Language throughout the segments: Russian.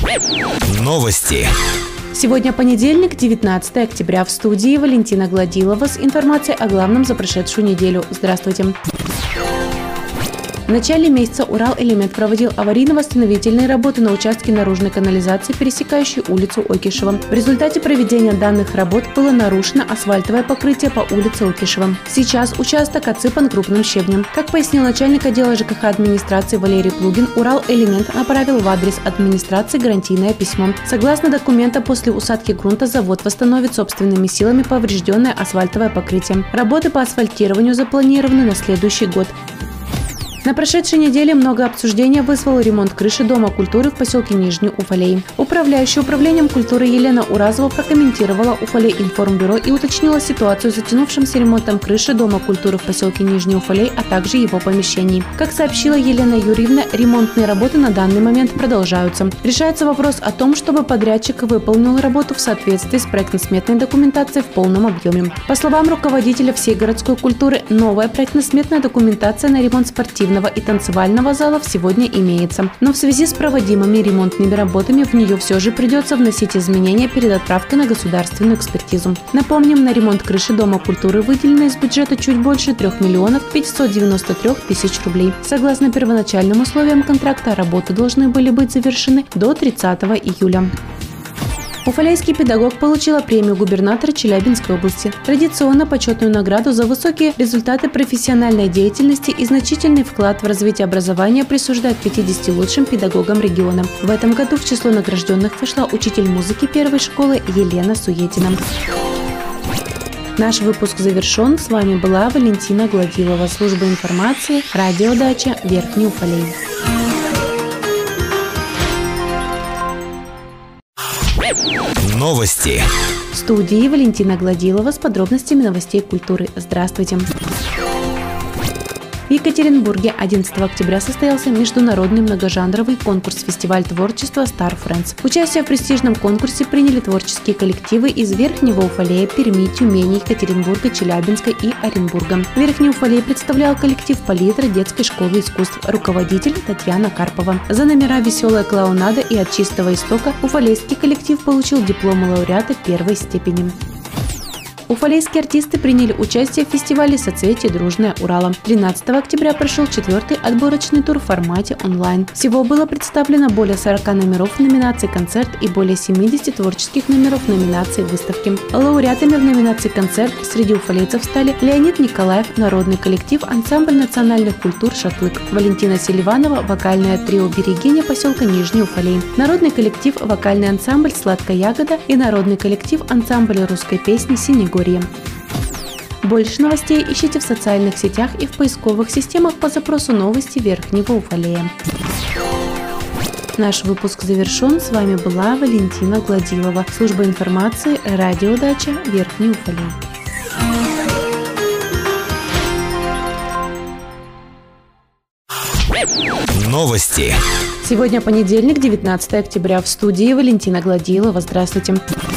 Новости. Сегодня понедельник, 19 октября. В студии Валентина Гладилова с информацией о главном за прошедшую неделю. Здравствуйте. В начале месяца Уралэлемент проводил аварийно-восстановительные работы на участке наружной канализации, пересекающей улицу Окишева. В результате проведения данных работ было нарушено асфальтовое покрытие по улице Окишева. Сейчас участок отсыпан крупным щебнем. Как пояснил начальник отдела ЖКХ администрации Валерий Плугин, Уралэлемент направил в адрес администрации гарантийное письмо. Согласно документа, после усадки грунта завод восстановит собственными силами поврежденное асфальтовое покрытие. Работы по асфальтированию запланированы на следующий год. На прошедшей неделе много обсуждения вызвал ремонт крыши Дома культуры в поселке Нижний Уфалей. Управляющая управлением культуры Елена Уразова прокомментировала Уфалей информбюро и уточнила ситуацию с затянувшимся ремонтом крыши Дома культуры в поселке Нижний Уфалей, а также его помещений. Как сообщила Елена Юрьевна, ремонтные работы на данный момент продолжаются. Решается вопрос о том, чтобы подрядчик выполнил работу в соответствии с проектно-сметной документацией в полном объеме. По словам руководителя всей городской культуры, новая проектно-сметная документация на ремонт спортивного и танцевального залов сегодня имеется. Но в связи с проводимыми ремонтными работами в нее все же придется вносить изменения перед отправкой на государственную экспертизу. Напомним, на ремонт крыши Дома культуры выделено из бюджета чуть больше 3 миллионов 593 тысяч рублей. Согласно первоначальным условиям контракта, работы должны были быть завершены до 30 июля. Уфалейский педагог получила премию губернатора Челябинской области. Традиционно почетную награду за высокие результаты профессиональной деятельности и значительный вклад в развитие образования присуждают 50 лучшим педагогам региона. В этом году в число награжденных вошла учитель музыки первой школы Елена Суетина. Наш выпуск завершен. С вами была Валентина Гладилова, служба информации, радиодача Верхний Уфалей. Новости. В студии Валентина Гладилова с подробностями новостей культуры. Здравствуйте. В Екатеринбурге 11 октября состоялся международный многожанровый конкурс-фестиваль творчества Star Friends. Участие в престижном конкурсе приняли творческие коллективы из Верхнего Уфалея, Перми, Тюмени, Екатеринбурга, Челябинска и Оренбурга. Верхний Уфалей представлял коллектив «Палитра» детской школы искусств, руководитель Татьяна Карпова. За номера «Веселая клоунада» и «От чистого истока» уфалейский коллектив получил диплом лауреата первой степени. Уфалейские артисты приняли участие в фестивале «Соцветие дружное Урала». 13 октября прошел 4-й отборочный тур в формате онлайн. Всего было представлено более 40 номеров в номинации «Концерт» и более 70 творческих номеров в номинации «Выставки». Лауреатами в номинации «Концерт» среди уфалейцев стали Леонид Николаев, народный коллектив «Ансамбль национальных культур «Шатлык», Валентина Селиванова, вокальное трио «Берегиня» поселка Нижний Уфалей, народный коллектив «Вокальный ансамбль «Сладкая ягода» и народный коллектив «Ансамбль русской песни «Синегорье». Больше новостей ищите в социальных сетях и в поисковых системах по запросу «Новости Верхнего Уфалея». Наш выпуск завершен. С вами была Валентина Гладилова, служба информации, радиодача Верхний Уфалей. Новости. Сегодня понедельник, 19 октября. В студии Валентина Гладилова. Здравствуйте.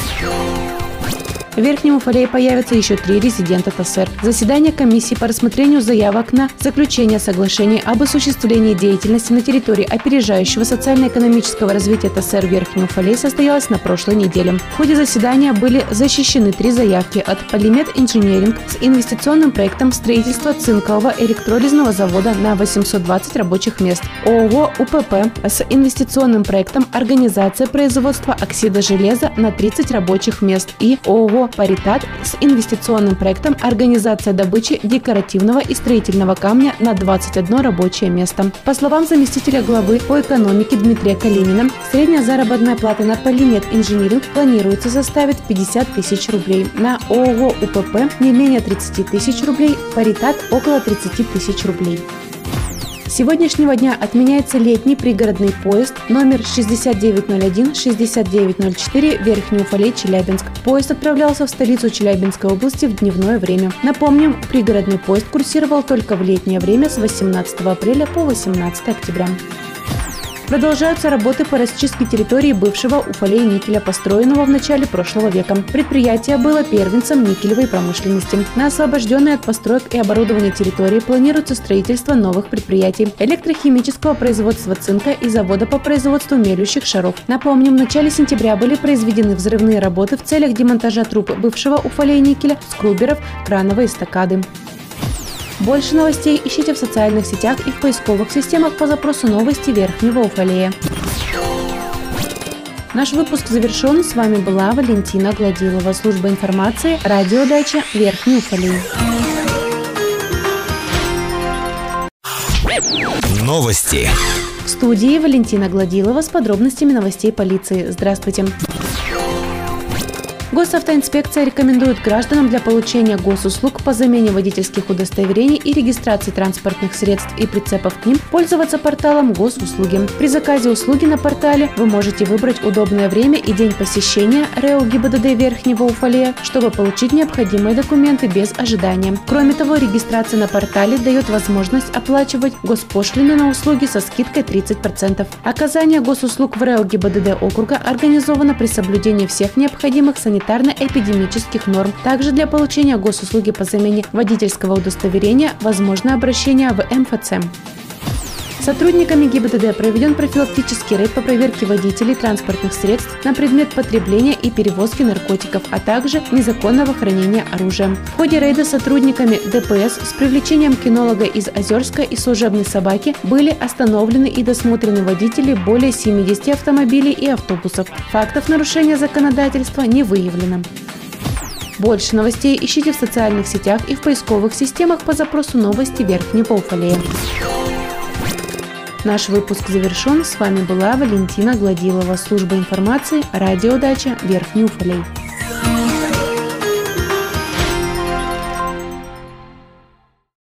В Верхнем Уфалее появятся еще 3 резидента ТАСЭР. Заседание комиссии по рассмотрению заявок на заключение соглашений об осуществлении деятельности на территории опережающего социально-экономического развития ТАСЭР Верхний Уфалей состоялось на прошлой неделе. В ходе заседания были защищены 3 заявки от Полимет Инжиниринг с инвестиционным проектом строительства цинкового электролизного завода на 820 рабочих мест, ООО УПП с инвестиционным проектом организация производства оксида железа на 30 рабочих мест и ООО «Паритат» с инвестиционным проектом «Организация добычи декоративного и строительного камня» на 21 рабочее место. По словам заместителя главы по экономике Дмитрия Калинина, средняя заработная плата на Полимет Инжиниринг планируется составить 50 тысяч рублей, на ООО УПП не менее 30 тысяч рублей, «Паритат» около 30 тысяч рублей. С сегодняшнего дня отменяется летний пригородный поезд номер 6901-6904 Верхний Уфалей, Челябинск. Поезд отправлялся в столицу Челябинской области в дневное время. Напомним, пригородный поезд курсировал только в летнее время с 18 апреля по 18 октября. Продолжаются работы по расчистке территории бывшего уфалея-никеля, построенного в начале прошлого века. Предприятие было первенцем никелевой промышленности. На освобожденной от построек и оборудования территории планируется строительство новых предприятий электрохимического производства цинка и завода по производству мелющих шаров. Напомним, в начале сентября были произведены взрывные работы в целях демонтажа труб бывшего уфалея-никеля, скруберов, крановой эстакады. Больше новостей ищите в социальных сетях и в поисковых системах по запросу «Новости Верхнего Уфалея». Наш выпуск завершен. С вами была Валентина Гладилова. Служба информации, радиодача Верхний Уфалей. Новости. В студии Валентина Гладилова с подробностями новостей полиции. Здравствуйте. Госавтоинспекция рекомендует гражданам для получения госуслуг по замене водительских удостоверений и регистрации транспортных средств и прицепов к ним пользоваться порталом Госуслуги. При заказе услуги на портале вы можете выбрать удобное время и день посещения РЭО ГИБДД Верхнего Уфалея, чтобы получить необходимые документы без ожидания. Кроме того, регистрация на портале дает возможность оплачивать госпошлины на услуги со скидкой 30%. Оказание госуслуг в РЭО ГИБДД округа организовано при соблюдении всех необходимых санитарно-эпидемических норм. Также для получения госуслуги по замене водительского удостоверения возможно обращение в МФЦ. Сотрудниками ГИБДД проведен профилактический рейд по проверке водителей транспортных средств на предмет потребления и перевозки наркотиков, а также незаконного хранения оружия. В ходе рейда сотрудниками ДПС с привлечением кинолога из Озерска и служебной собаки были остановлены и досмотрены водители более 70 автомобилей и автобусов. Фактов нарушения законодательства не выявлено. Больше новостей ищите в социальных сетях и в поисковых системах по запросу «Новости Верхнего Уфалея». Наш выпуск завершен. С вами была Валентина Гладилова. Служба информации, радиодача Верхний Уфалей.